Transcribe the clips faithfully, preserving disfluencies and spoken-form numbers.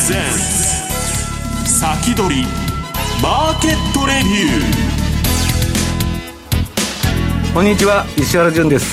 ゼンツ先取りマーケットレビュー。 こんにちは、石原潤です。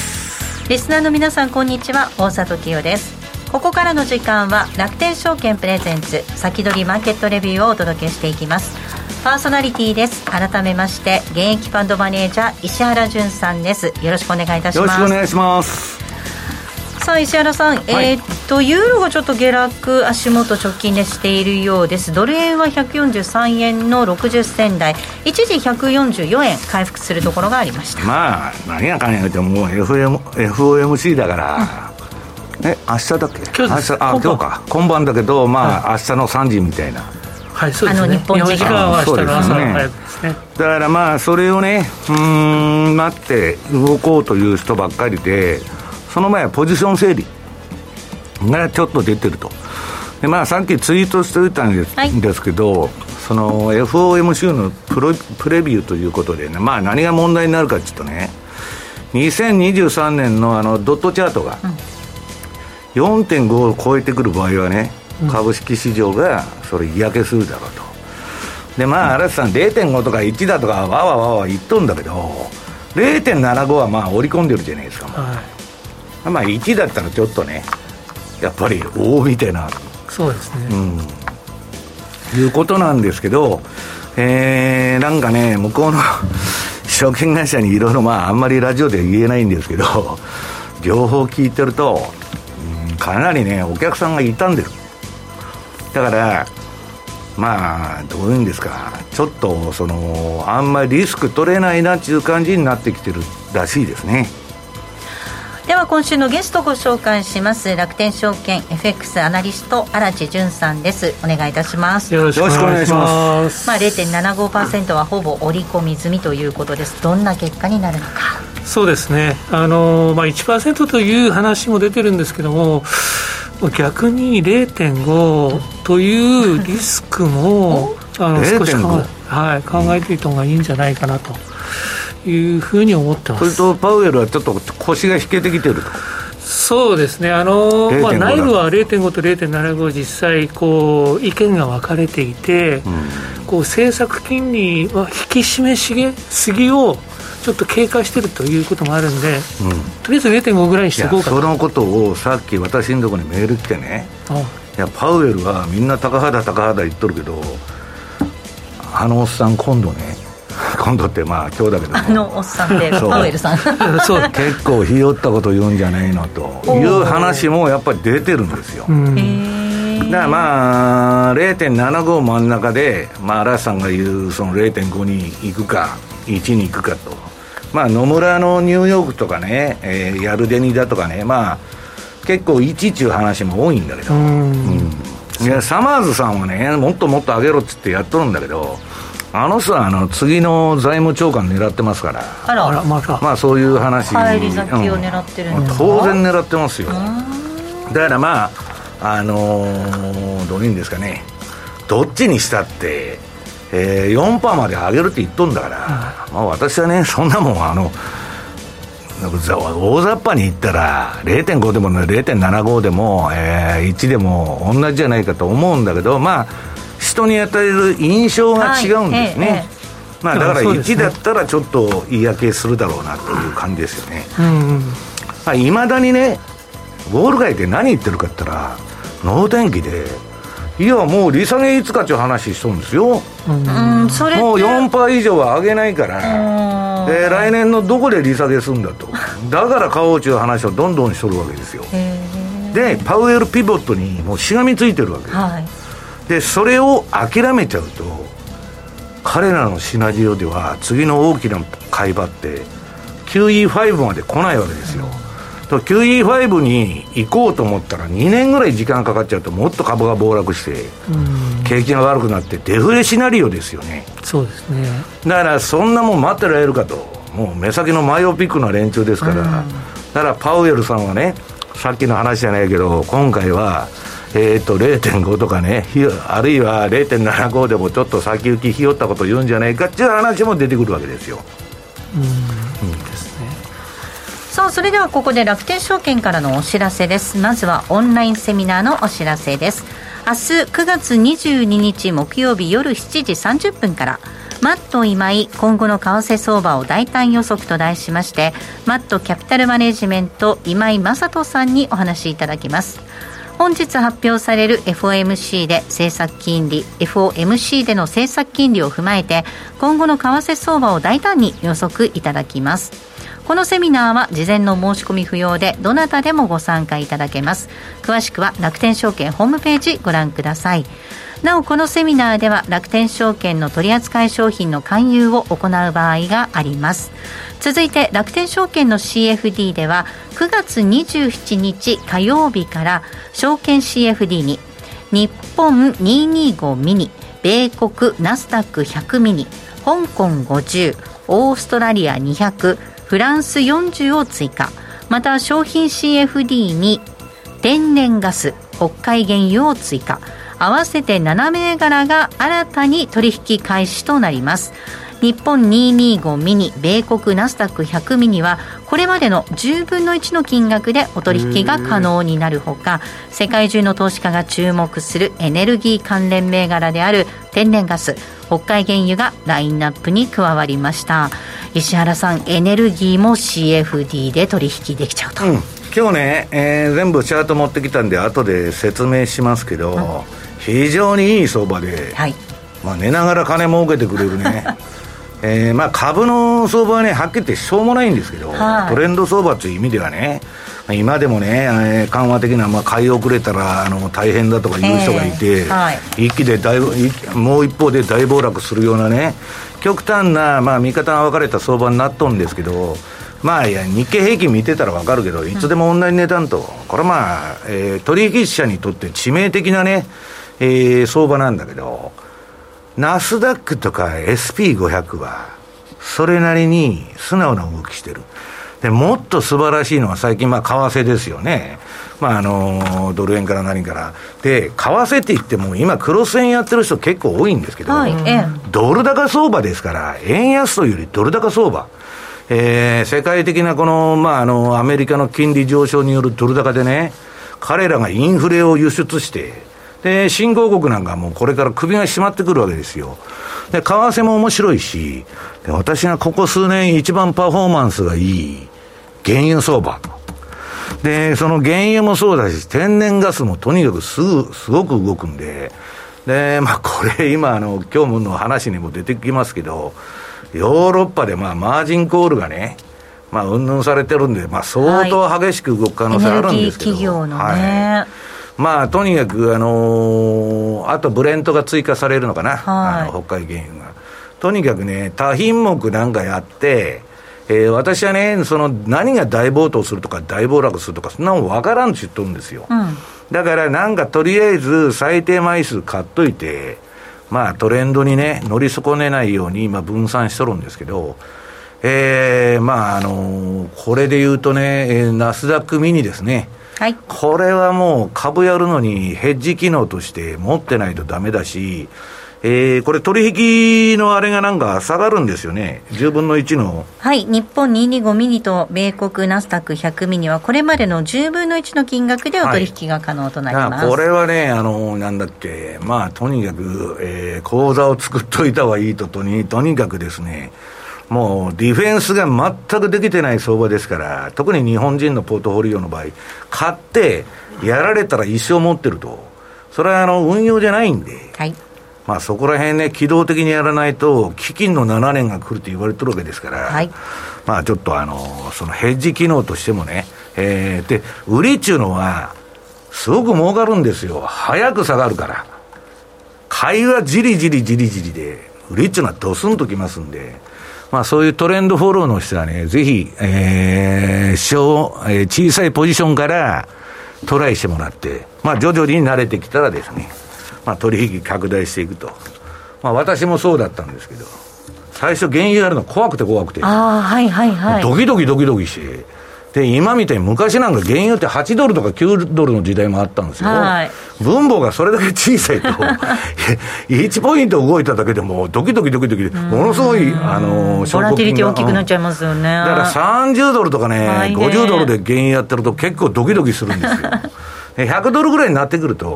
リスナーの皆さん、こんにちは。大里清です。ここからの時間は楽天証券プレゼンツ先取りマーケットレビューをお届けしていきます。パーソナリティです。改めまして現役ファンドマネージャー石原潤さんです。よろしくお願いいたします。 よろしくお願いします。 さあ石原さん、はい、えー、っとユーロがちょっと下落足元直近でしているようです。ドル円はひゃくよんじゅうさんえんのろくじゅっせん台、一時ひゃくよんじゅうよえん回復するところがありました。 まあ何やかんや言うてもう エフエム エフオーエムシー だから、うん、え明日だっけ、 今日です。 明日、あ、今日か、今晩だけど、まあ、はい、明日のさんじみたいな、 はい、そうですね、 あの日本時間は明日の朝ね、 早くですね。 だからまあそれをね、うーん待って動こうという人ばっかりで、その前はポジション整理がちょっと出てると。で、まあ、さっきツイートしておいたんです、はい、ですけど、その エフオーエムシー のプロプレビューということでね、まあ、何が問題になるかちょっとね、にせんにじゅうさんねん の, あのドットチャートが よんてんご を超えてくる場合はね、株式市場がそれ嫌気するだろうと。で、まあ、荒瀬さん れいてんご とかいちだとかわわわわ言っとんだけど、 れいてんななご はまあ織り込んでるじゃないですか、はい、まあいちだったらちょっとねやっぱり大みたいな、 そうですね、 うん、いうことなんですけど、えー、なんかね向こうの証券会社にいろいろ、まああんまりラジオで言えないんですけど、情報聞いてると、うん、かなりねお客さんが傷んでる。だからまあどういうんですか、ちょっとそのあんまりリスク取れないなっていう感じになってきてるらしいですね。 では今週のゲストをご紹介します。楽天証券 エフエックス アナリスト荒地潤さんです。お願いいたします。 よろしくお願いします。 まあ、れいてんななごパーセント はほぼ織り込み済みということです。どんな結果になるのか。 そうですね、あの、まあ、いちパーセント という話も出てるんですけども、逆に れいてんご というリスクもあの少し考え、はい、考えていた方がいいんじゃないかなというふうに思ってます。 それとパウエルはちょっと腰が引けてきてると。 そうですね、あの、まあ、内部は れいてんご と れいてんななご 実際こう意見が分かれていて、うん、こう政策金利は引き締めすぎをちょっと警戒してるということもあるんで、うん、とりあえず れいてんご ぐらいにしておこうかと。 そのことをさっき私のところにメール来てね、ああ、いやパウエルはみんな高肌高肌言っとるけど、あのおっさん今度ね今度ってまあ今日だけども、 あのおっさんってパウエルさんそう結構ひよったこと言うんじゃないのという話もやっぱり出てるんですよ。だからまあ れいてんななご 真ん中で、まあ、荒瀬さんが言うその れいてんご に行くかいちに行くかと、まあ、野村のニューヨークとかね、えー、ヤルデニだとかね、まあ、結構いちっていう話も多いんだけど、うん、いやサマーズさんはねもっともっと上げろっつってやっとるんだけど、あの人はあの次の財務長官狙ってますから、 あらあら、 まあ、 まあそういう話、 返り咲きを狙ってるんですか、 うん、当然狙ってますよ。だからまああのー、どういうんですかね、どっちにしたってえー、よんパーセント まで上げるって言っとんだから、うん、まあ、私はねそんなもんあの大雑把に言ったら れいてんご でも れいてんななご でも、えー、いちでも同じじゃないかと思うんだけど、まあ人に与える印象が違うんですね、はい、ええ、まあ、だからいちだったらちょっと嫌気するだろうなという感じですよね。いま、うん、だにねウォール街で何言ってるかって言ったら能天気で、いやもう利下げいつかっていう話しとるんですよ、うん、それもう よんパーセント 以上は上げないから、で来年のどこで利下げするんだと、だから買おうという話をどんどんしとるわけですよ。でパウエルピボットにもうしがみついてるわけです、はい、でそれを諦めちゃうと彼らのシナリオでは次の大きな買い場って キューイーファイブ まで来ないわけですよ、うん、キューイーファイブ に行こうと思ったらにねんぐらい時間かかっちゃうともっと株が暴落して、うん、景気が悪くなってデフレシナリオですよね。 そうですね。 だからそんなもん待ってられるかと、もう目先のマイオピックな連中ですから、うん、だからパウエルさんはねさっきの話じゃないけど今回はえー、と れいてんご とかね、あるいは れいてんななご でもちょっと先行きひよったことを言うんじゃないかっていう話も出てくるわけですよ。 うん、うんですね。 さあそれではここで楽天証券からのお知らせです。まずはオンラインセミナーのお知らせです。 明日くがつにじゅうににち木曜日夜しちじさんじゅっぷんからマット今井今後の為替相場を大胆予測と題しまして、マットキャピタルマネジメント今井正人さんにお話しいただきます。本日発表される エフオーエムシー で政策金利 エフオーエムシー での政策金利を踏まえて今後の為替相場を大胆に予測いただきます。このセミナーは事前の申し込み不要でどなたでもご参加いただけます。詳しくは楽天証券ホームページご覧ください。なおこのセミナーでは楽天証券の取扱い商品の勧誘を行う場合があります。続いて楽天証券の シーエフディー ではくがつにじゅうしちにち火曜日から証券 シーエフディー に日本にひゃくにじゅうごミニ、米国ナスダックひゃくミニ、香港ごじゅう、オーストラリアにひゃく、フランスよんじゅうを追加。また商品 シーエフディー に天然ガス、北海原油を追加。合わせてなな銘柄が新たに取引開始となります。日本にひゃくにじゅうごミニ、米国ナスダックひゃくミニはこれまでのじゅうぶんのいちの金額でお取引が可能になるほか、世界中の投資家が注目するエネルギー関連銘柄である天然ガス、北海原油がラインナップに加わりました。石原さん、エネルギーも シーエフディー で取引できちゃうと、うん、 今日ね、えー、全部チャート持ってきたんで後で説明しますけど、うん、非常にいい相場で、はい、まあ、寝ながら金儲けてくれるねえー、まあ株の相場はねはっきり言ってしょうもないんですけど、はい、トレンド相場という意味ではね、今でもね、えー、緩和的な、まあ、買い遅れたらあの大変だとかいう人がいて、えーはい、一気で大もう一方で大暴落するようなね極端な、まあ、見方が分かれた相場になっとるんですけど、まあいや日経平均見てたら分かるけどいつでも同じ値段と、うん、これはまあ、えー、取引者にとって致命的なね、えー、相場なんだけど、ナスダックとか エスピーごひゃく はそれなりに素直な動きしてる。でもっと素晴らしいのは最近まあ為替ですよね。まああのドル円から何からで、為替って言っても今クロス円やってる人結構多いんですけど、はい、ドル高相場ですから、円安というよりドル高相場、えー、世界的なこのまああのアメリカの金利上昇によるドル高でね、彼らがインフレを輸出してで新興国なんかもうこれから首が締まってくるわけですよ。で為替も面白いし、で私がここ数年一番パフォーマンスがいい原油相場で、その原油もそうだし天然ガスもとにかくすぐすごく動くんで、でまあこれ今あの今日の話にも出てきますけど、ヨーロッパでまあマージンコールがねまあ云々されてるんで、まあ相当激しく動く可能性あるんですけど、 エネルギー企業のね、 はい、まあとにかくあのー、あとブレントが追加されるのかな、はい、あの北海原油がとにかくね多品目なんかやって、えー、私はねその何が大暴騰するとか大暴落するとかそんなもん分からんって言っとるんですよ、うん、だからなんかとりあえず最低枚数買っといて、まあトレンドにね乗り損ねないように今分散しとるんですけど、えー、まああのー、これで言うとね、えー、ナスダックミニですね、はい、これはもう株やるのにヘッジ機能として持ってないとダメだし、えー、これ取引のあれがなんか下がるんですよね、じゅうぶんのいちの、 はい、日本にひゃくにじゅうごミニと米国ナスダックひゃくミニはこれまでのじゅうぶんのいちの金額でお取引が可能となります、 はい、これはねあのなんだっけ、まあとにかく、えー、口座を作っといた方がいいととにとにかくですね、もうディフェンスが全くできてない相場ですから、特に日本人のポートフォリオの場合買ってやられたら一生持ってると、それはあの運用じゃないんで、はい、まあそこら辺ね機動的にやらないと基金のななねんが来ると言われてるわけですから、はい、まあちょっとあのそのヘッジ機能としてもね、えー、で売りっちゅうのはすごく儲かるんですよ、早く下がるから。買いはじりじりじりじりで、売りっちゅうのはドスンときますんで、まあそういうトレンドフォローの人はね、ぜひ、えー、小、えー、小さいポジションからトライしてもらって、まあ徐々に慣れてきたらですね、まあ取引拡大していくと。まあ私もそうだったんですけど、最初原油やるの怖くて怖くて。 ああ、はいはいはい。 ドキドキドキドキして。で、今みたいに昔なんか原油ってはちドルとかきゅうドルの時代もあったんですよ。はい、分母がそれだけ小さいと、いちポイント動いただけでもドキドキドキドキで、ものすごい、あの、 ボラティリティ大きくなっちゃいますよね。 だからさんじゅうドルとかね、ごじゅうドルで原油やってると結構ドキドキするんですよ。ひゃくドルぐらいになってくると、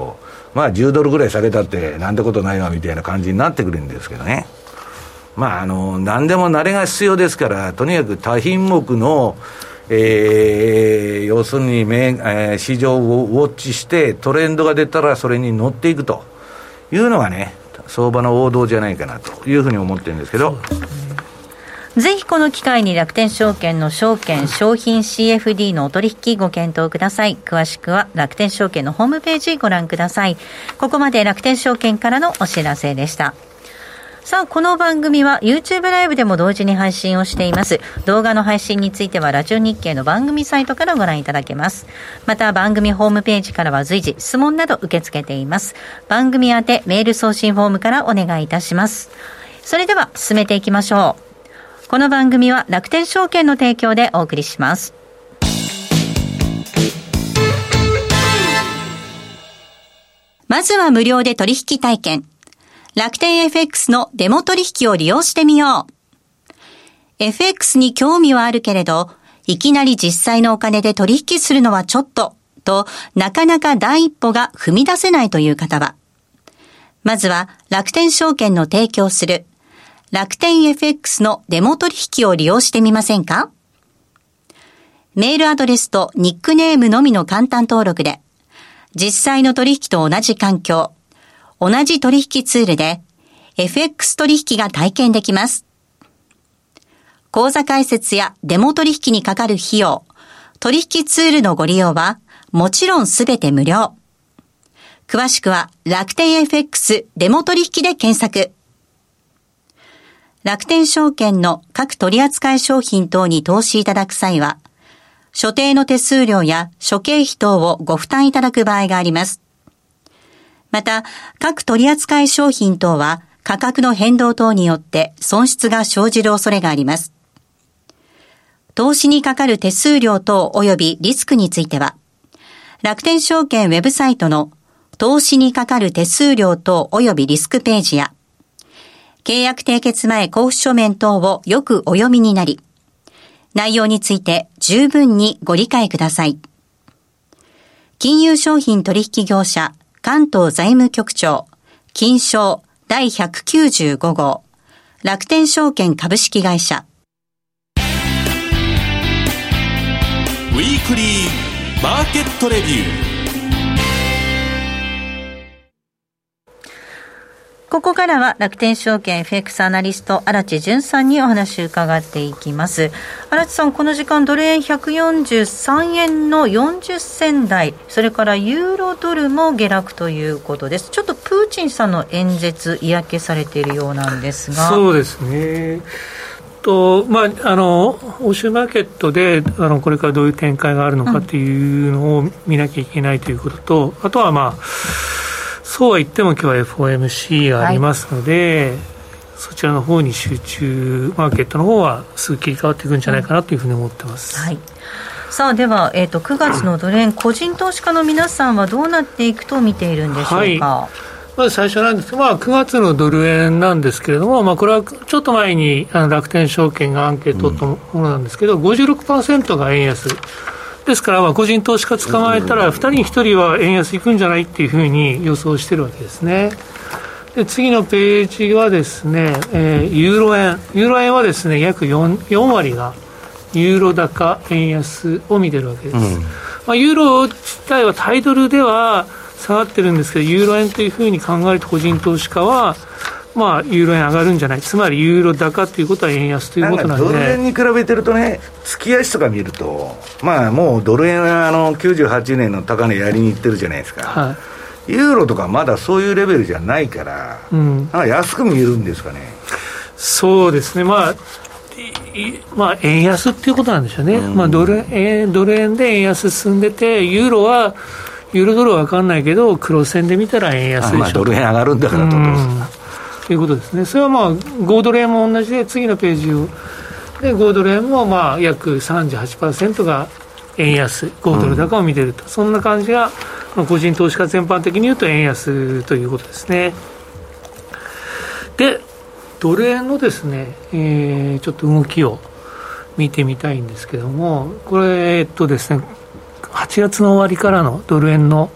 まあじゅうドルぐらい下げたってなんてことないわみたいな感じになってくるんですけどね。まああの何でも慣れが必要ですから、とにかく多品目の、えー、要するに、えー、市場をウォッチしてトレンドが出たらそれに乗っていくというのがね、相場の王道じゃないかなというふうに思ってるんですけど、 ぜひこの機会に楽天証券の証券商品 シーエフディー のお取引ご検討ください。詳しくは楽天証券のホームページご覧ください。ここまで楽天証券からのお知らせでした。さあ、この番組は YouTube ライブでも同時に配信をしています。動画の配信についてはラジオ日経の番組サイトからご覧いただけます。また番組ホームページからは随時質問など受け付けています。番組宛てメール送信フォームからお願いいたします。それでは進めていきましょう。この番組は楽天証券の提供でお送りします。まずは無料で取引体験。楽天 エフエックス のデモ取引を利用してみよう。エフエックス に興味はあるけれど、いきなり実際のお金で取引するのはちょっと、となかなか第一歩が踏み出せないという方は、まずは楽天証券の提供する楽天 エフエックス のデモ取引を利用してみませんか？メールアドレスとニックネームのみの簡単登録で、実際の取引と同じ環境、同じ取引ツールで エフエックス 取引が体験できます。口座開設やデモ取引にかかる費用、取引ツールのご利用はもちろんすべて無料。詳しくは楽天 エフエックス デモ取引で検索。楽天証券の各取扱い商品等に投資いただく際は、所定の手数料や諸経費等をご負担いただく場合があります。また、各取扱い商品等は価格の変動等によって損失が生じる恐れがあります。投資にかかる手数料等及びリスクについては、楽天証券ウェブサイトの投資にかかる手数料等及びリスクページや、契約締結前交付書面等をよくお読みになり、内容について十分にご理解ください。金融商品取引業者関東財務局長金商だいひゃくきゅうじゅうご号楽天証券株式会社。 ウィークリーマーケットレビュー。 ここからは楽天証券 エフエックス アナリスト荒地潤さんにお話を伺っていきます。荒地さん、この時間ドル円ひゃくよんじゅうさんえんのよんじゅっ銭台、それからユーロドルも下落ということです。ちょっとプーチンさんの演説嫌気されているようなんですが。 そうですね。とまあ、あの欧州マーケットであのこれからどういう展開があるのかというのを見なきゃいけないということと、うん、あとはまあそうは言っても今日は エフオーエムシー がありますので、はい、そちらの方に集中、マーケットの方はすぐ切り替わっていくんじゃないかなというふうに思ってます、 はい。さあでは、えーと、くがつのドル円個人投資家の皆さんはどうなっていくと見ているんでしょうか。はい、まず最初なんですが、まあ、くがつのドル円なんですけれども、まあ、これはちょっと前にあの楽天証券がアンケートを取ったものなんですけど、うん、ごじゅうろくパーセント が円安ですから、まあ個人投資家捕まえたらふたりにひとりは円安いくんじゃないっていうふうに予想してるわけですね。で次のページはですね、えー、ユーロ円ユーロ円はですね約 4, よん割がユーロ高円安を見てるわけです、うん。まあ、ユーロ自体はタイドルでは下がってるんですけど、ユーロ円というふうに考えると個人投資家はまあ、ユーロ円上がるんじゃない、つまりユーロ高ということは円安ということなので、 ドル円に比べてるとね、月足とか見ると、まあ、もうドル円はあのきゅうじゅうはちねんの高値やりにいってるじゃないですか、はい、ユーロとかまだそういうレベルじゃないから、うん、なんか安く見えるんですかね。 そうですね、まあまあ、円安っていうことなんでしょうね、うん。まあ、ドル円、ドル円で円安進んでて、ユーロはユーロドルは分かんないけど黒線で見たら円安でしょ。 まあ、ドル円上がるんだからと、うんということですね。それはまあごドル円も同じで、次のページをでごドル円もまあ約 さんじゅうはちパーセント が円安、ごドル高を見ていると、うん、そんな感じが、まあ、個人投資家全般的に言うと円安ということですね。でドル円のですね、えー、ちょっと動きを見てみたいんですけども、これえっとですねはちがつの終わりからのドル円の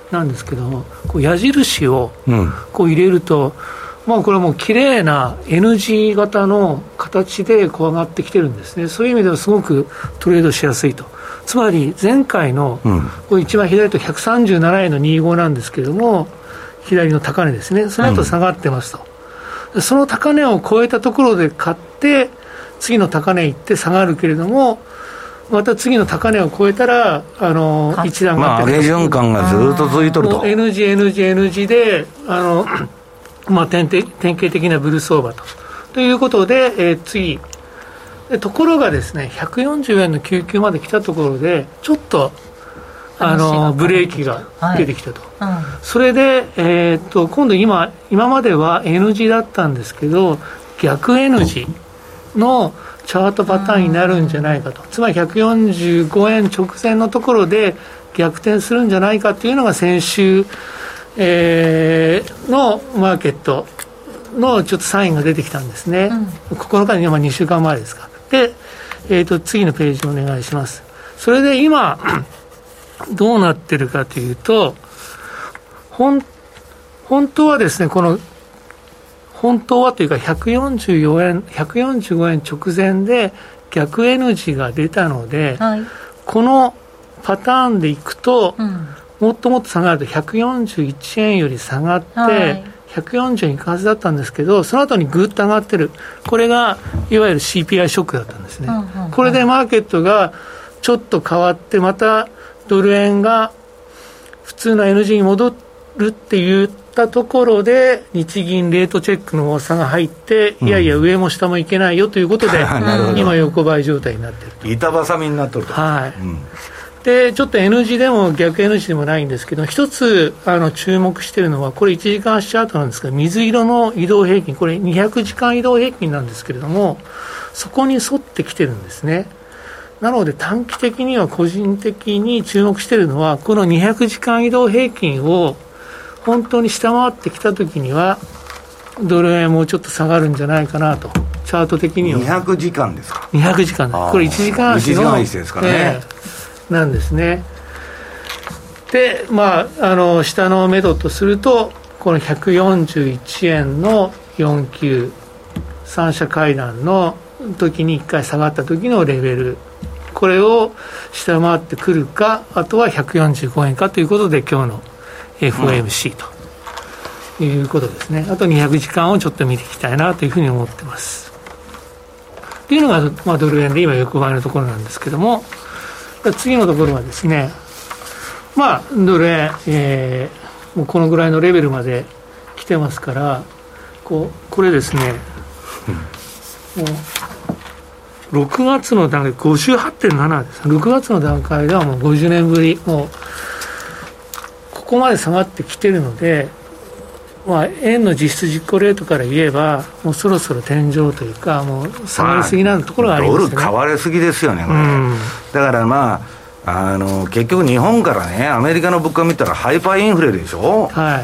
なんですけども、こう矢印をこう入れると、うん、まあ、これはもう綺麗な エヌジー 型の形でこう上がってきてるんですね。そういう意味ではすごくトレードしやすいと。つまり前回の、うん、これ一番左とひゃくさんじゅうななえんのにじゅうごなんですけれども、左の高値ですね、その後下がってますと、うん、その高値を超えたところで買って次の高値行って下がるけれども、また次の高値を超えたらあの一段上がってくる、 まあ、上循環がずっと続いとると、 エヌジー、エヌジー、エヌジー であの、まあ、典型的なブル相場とということで、えー、次でところがですね、ひゃくよんじゅうえんのきゅうじゅうまで来たところでちょっとあのブレーキが出てきたと、はい、うん、それで、えー、っと今度 今, 今までは エヌジー だったんですけど、逆 エヌジー のチャートパターンになるんじゃないかと、つまりひゃくよんじゅうごえん直前のところで逆転するんじゃないかというのが先週、えー、のマーケットのちょっとサインが出てきたんですね、うん、ここの間ににしゅうかんまえですか。で、えー、と次のページお願いします。それで今どうなってるかというと、本当はですね、この本当はというかひゃくよんじゅうよえんひゃくよんじゅうごえん直前で逆 エヌジー が出たので、はい、このパターンでいくと、うん、もっともっと下がるとひゃくよんじゅういちえんより下がって、はい、ひゃくよんじゅうに行くはずだったんですけど、その後にぐっと上がってる、これがいわゆる シーピーアイ ショックだったんですね、うんうんうん、これでマーケットがちょっと変わってまたドル円が普通の エヌジー に戻るって言ったところで日銀レートチェックの差が入って、うん、いやいや上も下もいけないよということで今横ばい状態になってる、 板挟みになってると、 はい、うん、でちょっと エヌジー でも逆 エヌジー でもないんですけど、一つあの注目しているのは、これいちじかん足チャートなんですが、水色の移動平均、これにひゃくじかん移動平均なんですけれども、そこに沿ってきてるんですね。なので短期的には個人的に注目しているのは、このにひゃくじかん移動平均を本当に下回ってきたときにはドル円もうちょっと下がるんじゃないかなと、チャート的には。 にひゃくじかんですか。 にひゃくじかんです。これいちじかん足のいちじかん足ですからね、えー、なんですね。で、まあ、あの下の目処とすると、このひゃくよんじゅういちえんのよんじゅうきゅう三者会談の時にいっかい下がった時のレベル、これを下回ってくるか、あとはひゃくよんじゅうごえんかということで今日の エフオーエムシー ということですね、うん、あとにひゃくじかんをちょっと見ていきたいなというふうに思ってますというのが、まあ、ドル円で今横ばいのところなんですけども、次のところはですね、まあドル円、えー、もうこのぐらいのレベルまで来てますから、こうこれですね、うん、もうろくがつの段階 ごじゅうはちてんなな です。ろくがつの段階ではもうごじゅうねんぶり、もうここまで下がってきてるので、まあ、円の実質実行レートから言えばもうそろそろ天井というか、もう下がりすぎなところがありますね、 まあ、ドル買われすぎですよねこれ、うん、だからまあ、あの結局日本からねアメリカの物価見たらハイパーインフレでしょ、はい、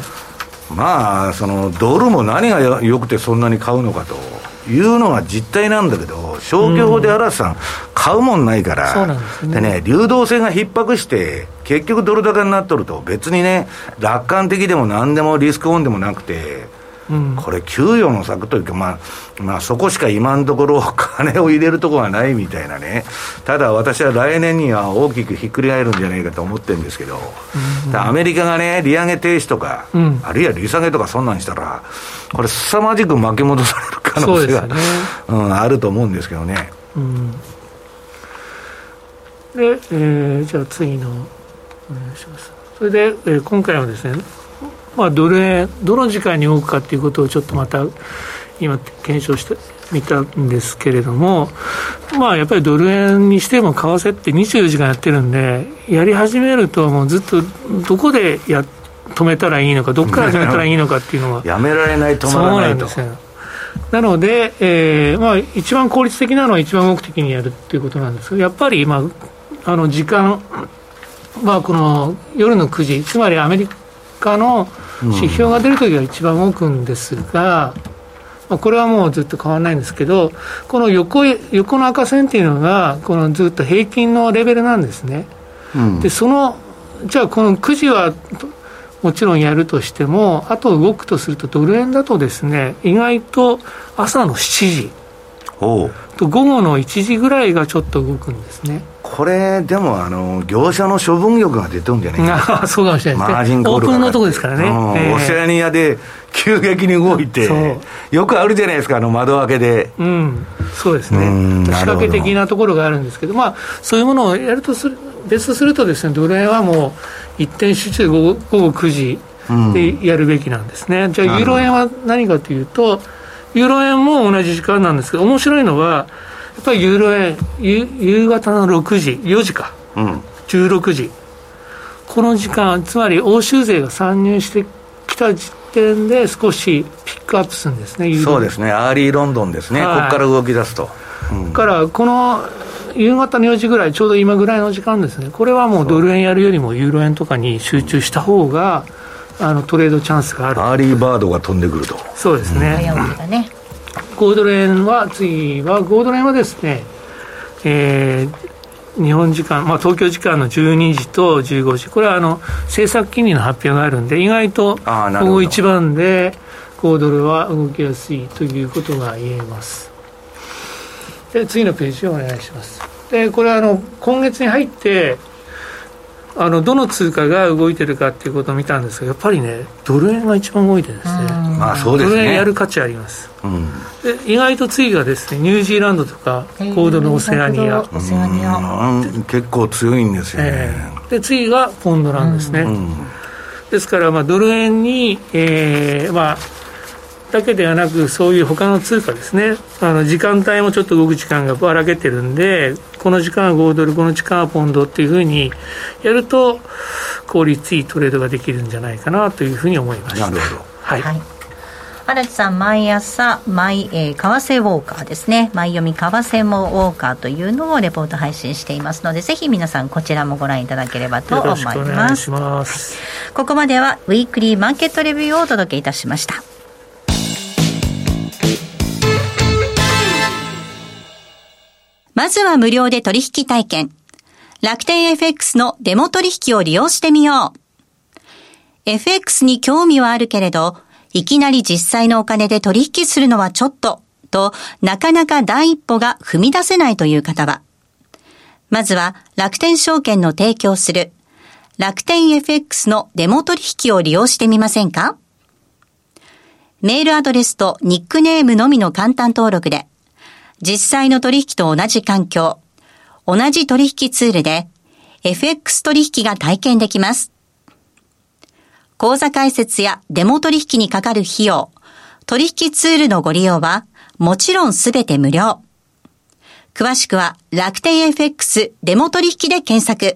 まあそのドルも何が良くてそんなに買うのかというのが実態なんだけど、消去法で嵐さん、うん、買うもんないから、そうなんですね。でね、流動性が逼迫して結局ドル高になっとると、別にね楽観的でも何でもリスクオンでもなくて、うん、これ給与の策というか、まあ、まあそこしか今のところ金を入れるところはないみたいなね。ただ私は来年には大きくひっくり返るんじゃないかと思ってるんですけど、うん、アメリカがね利上げ停止とか、うん、あるいは利下げとかそんなんしたらこれ凄まじく巻き戻される可能性が、ね、うん、あると思うんですけどね、うん、 で、えー、じゃあ次のお願いします。それで、えー、今回はですね、まあ、ドル円どの時間に動くかということをちょっとまた今検証してみたんですけれども、まあやっぱりドル円にしても為替ってにじゅうよじかんやってるんで、やり始めるともうずっとどこでや止めたらいいのか、どこから始めたらいいのかっていうのはやめられない、止まらないと。そうなんですよ。 なので、えーまあ、一番効率的なのは一番目的にやるっていうことなんですけど、やっぱり、まあ、あの時間、まあ、この夜のくじ、つまりアメリカの指標が出るときが一番動くんですが、まあ、これはもうずっと変わらないんですけど、この 横, 横の赤線っていうのがこのずっと平均のレベルなんですね、うん、でそのじゃあこのくじはもちろんやるとしても、あと動くとするとドル円だとですね、意外と朝のしちじと午後のいちじぐらいがちょっと動くんですね。 これでもあの業者の処分力が出てるんじゃないかな。 そうかもしれないですね。マージンコールオープンのとこですからね、 うんえー、オセアニアで急激に動いてよくあるじゃないですか、あの窓開けで、 うん、そうですね、仕掛け的なところがあるんですけど、まあ、そういうものをやるとする別とするとですね、ドル円はもう一点集中で午後くじでやるべきなんですね、うん、じゃあユーロ円は何かというと、ユーロ円も同じ時間なんですけど、面白いのはやっぱりユーロ円夕方のろくじよじか、うん、じゅうろくじ、この時間、つまり欧州勢が参入してきた時点で少しピックアップするんですね。 そうですね、アーリーロンドンですね、はい、ここから動き出すと、うん、 からこの夕方のよじぐらい、ちょうど今ぐらいの時間ですね、これはもうドル円やるよりもユーロ円とかに集中した方があのトレードチャンスがある。 アーリーバードが飛んでくると。 そうですね、 早起きだね。 ごドル円は次はごドル円はですね、えー、日本時間、まあ、東京時間のじゅうにじとじゅうごじ、これはあの政策金利の発表があるんで、意外とここ一番でごドルは動きやすいということが言えます。で次のページをお願いします。でこれはあの今月に入ってあのどの通貨が動いてるかっていうことを見たんですが、やっぱりねドル円が一番動いてるんですね。 まあそうですね、 ドル円やる価値あります、うん、で意外と次がですねニュージーランドとか高度のオセアニア、 オセアニア結構強いんですよね、 えー、で次がポンドなんですね、うん、ですからまあドル円に、えー、まあだけではなく、そういう他の通貨ですね、あの時間帯もちょっと動く時間がばらけてるんで、この時間はごドル、この時間はポンドっていうふうにやると効率いいトレードができるんじゃないかなというふうに思いました。 なるほど、 はい、はい、荒地さん、毎朝毎、えー、為替ウォーカーですね、毎読み為替もウォーカーというのをレポート配信していますので、ぜひ皆さんこちらもご覧いただければと思います。よろしくお願いします。ここまではウィークリーマーケットレビューをお届けいたしました。まずは無料で取引体験。楽天 エフエックス のデモ取引を利用してみよう。エフエックス に興味はあるけれど、いきなり実際のお金で取引するのはちょっと、となかなか第一歩が踏み出せないという方は、まずは楽天証券の提供する楽天 エフエックス のデモ取引を利用してみませんか？メールアドレスとニックネームのみの簡単登録で、実際の取引と同じ環境、同じ取引ツールで エフエックス 取引が体験できます。口座開設やデモ取引にかかる費用、取引ツールのご利用はもちろんすべて無料。詳しくは楽天 エフエックス デモ取引で検索。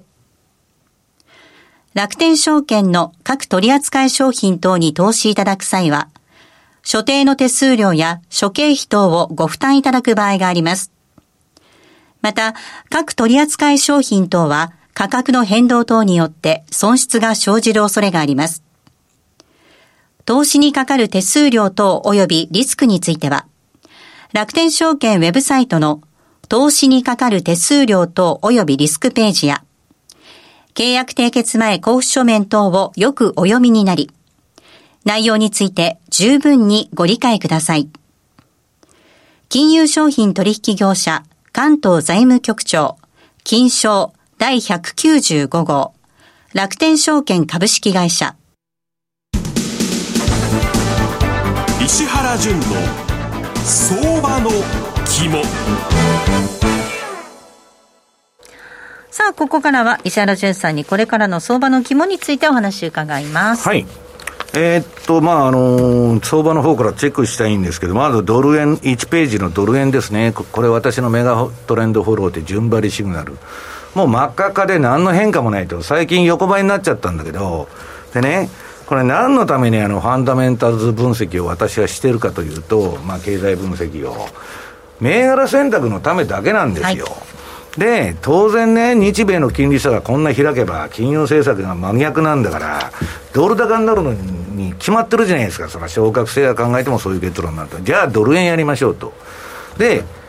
楽天証券の各取扱商品等に投資いただく際は、所定の手数料や諸経費等をご負担いただく場合があります。また、各取扱商品等は価格の変動等によって損失が生じる恐れがあります。投資にかかる手数料等及びリスクについては、楽天証券ウェブサイトの投資にかかる手数料等及びリスクページや、契約締結前交付書面等をよくお読みになり、内容について十分にご理解ください。金融商品取引業者関東財務局長金商第ひゃくきゅうじゅうご号楽天証券株式会社。 石原淳の相場の肝。 さあ、ここからは石原淳さんにこれからの相場の肝についてお話を伺います。 はい。えー、っと、まあ、あのー、相場の方からチェックしたいんですけど、まずドル円、いちページのドル円ですね。これ私のメガトレンドフォローって順張りシグナル。もう真っ赤っかで何の変化もないと。最近横ばいになっちゃったんだけど、でね、これ何のためにあの、ファンダメンタルズ分析を私はしてるかというと、まあ、経済分析を。銘柄選択のためだけなんですよ。はい、で、当然ね、日米の金利差がこんな開けば、金融政策が真逆なんだから、ドル高になるのに決まってるじゃないですか。その昇格性が考えてもそういう結論になった。じゃあドル円やりましょうと。で、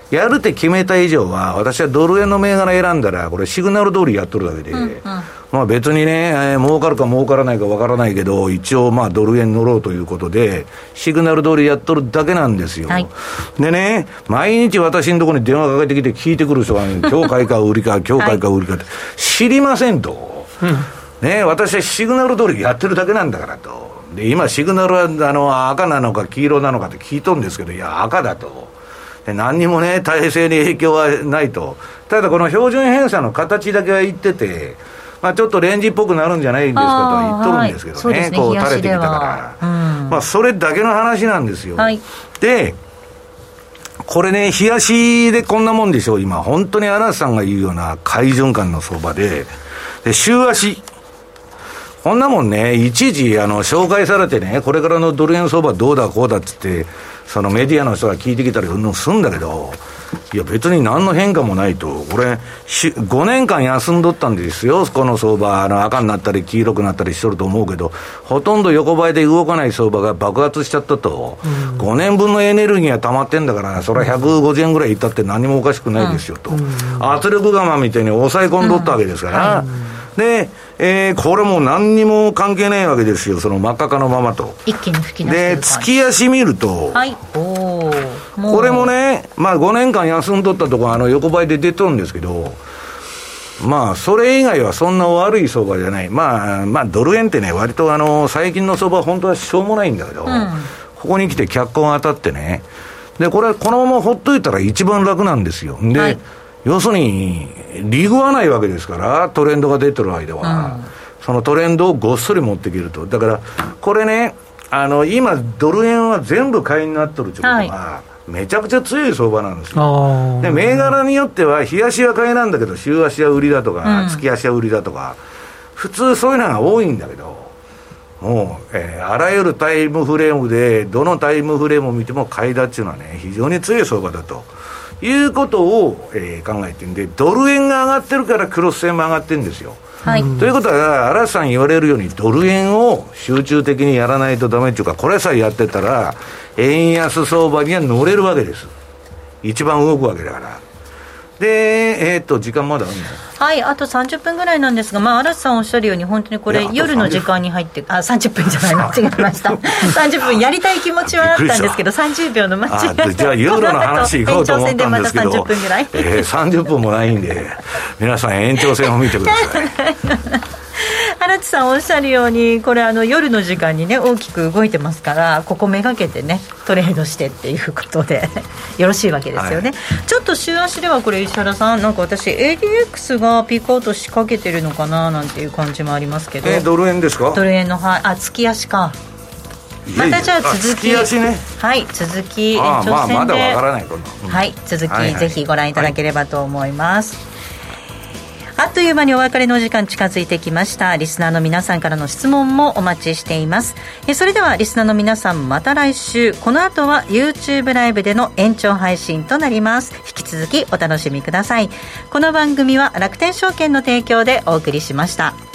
やるって決めた以上は、私はドル円の銘柄選んだら、これシグナル通りやっとるだけで、うんうん、まあ別にね、えー、儲かるか儲からないかわからないけど、一応まあドル円乗ろうということで、シグナル通りやっとるだけなんですよ。はい、でね、毎日私のところに電話かけてきて聞いてくる人が、ね、今日買いか売りか、今日買いか売りかって、知りませんと。うんね、私はシグナル通りやってるだけなんだからと。で、今シグナルはあの赤なのか黄色なのかって聞いとるんですけど、いや赤だと。で、何にもね体制に影響はないと。ただこの標準偏差の形だけは言ってて、まあ、ちょっとレンジっぽくなるんじゃないですかとは言っとるんですけどね、はい、こう垂れてきたから、うん、まあそれだけの話なんですよ、はい、でこれね、冷やしでこんなもんでしょう。今本当に荒瀬さんが言うような買い循環の相場で、で週足こんなもんね、いちいちあの紹介されてね、これからのドル円相場どうだこうだっつってそのメディアの人が聞いてきたりうんぬんするんだけど、いや別に何の変化もないと。これごねんかん休んどったんですよ、この相場。あの赤になったり黄色くなったりしとると思うけど、ほとんど横ばいで動かない相場が爆発しちゃったと、うん、ごねんぶんのエネルギーが溜まってんだから、それはひゃくごじゅうえんぐらいいったって何もおかしくないですよと、うん、圧力釜みたいに抑え込んどったわけですから、うんはい、で、えー、これもう何にも関係ないわけですよ、その真っ赤かのままと。 一気に吹き出してるで、月足見ると、はい、おもこれもね、まあごねんかん休んどったところ、あの横ばいで出とるんですけど、まあそれ以外はそんな悪い相場じゃない。まあまあドル円ってね、割とあの最近の相場は本当はしょうもないんだけど、うん、ここに来て脚光が当たってね、でこれこのままほっといたら一番楽なんですよ。で、はい、要するに利食わないわけですから、トレンドが出てる間は、うん、そのトレンドをごっそり持ってきると。だからこれね、あの今ドル円は全部買いになっとるということは、はい、めちゃくちゃ強い相場なんですよ。で銘柄によっては日足は買いなんだけど週足は売りだとか、うん、月足は売りだとか、普通そういうのが多いんだけど、もう、えー、あらゆるタイムフレームでどのタイムフレームを見ても買いだっていうのはね、非常に強い相場だということを、えー、考えてるんで、ドル円が上がってるからクロス円も上がってるんですよ。はい、ということは荒瀬さん言われるようにドル円を集中的にやらないとダメっていうか、これさえやってたら円安相場には乗れるわけです。一番動くわけだから。で、えー、っと時間まだあるの？ はい、あとさんじゅっぷんぐらいなんですが、まあ、荒瀬さんおっしゃるように本当にこれ夜の時間に入って、あ、さんじゅっぷんじゃない、間違えましたさんじゅっぷんやりたい気持ちはあったんですけどさんじゅうびょうの間違い、 じゃあ夜の話行こうと思ったんですけど、延長戦でまたさんじゅっぷんぐらい、えー、さんじゅっぷんもないんで皆さん延長戦を見てください荒地さんおっしゃるように、これあの夜の時間にね大きく動いてますから、ここめがけてねトレードしてっていうことでよろしいわけですよね、はい、ちょっと週足ではこれ石原さん、なんか私 エーディーエックス がピークアウトしかけてるのかななんていう感じもありますけど、 えー、ドル円ですか？ ドル円の、はい、あ月足か。またじゃあ続き、 月足ね、 はい、続き延長戦で、まあ、まだわからない、 うん、 はい、続き、はいはい、ぜひご覧いただければと思います、はい、あっという間にお別れの時間近づいてきました。リスナーの皆さんからの質問もお待ちしています。えそれではリスナーの皆さん、また来週。この後は YouTube ライブでの延長配信となります。引き続きお楽しみください。この番組は楽天証券の提供でお送りしました。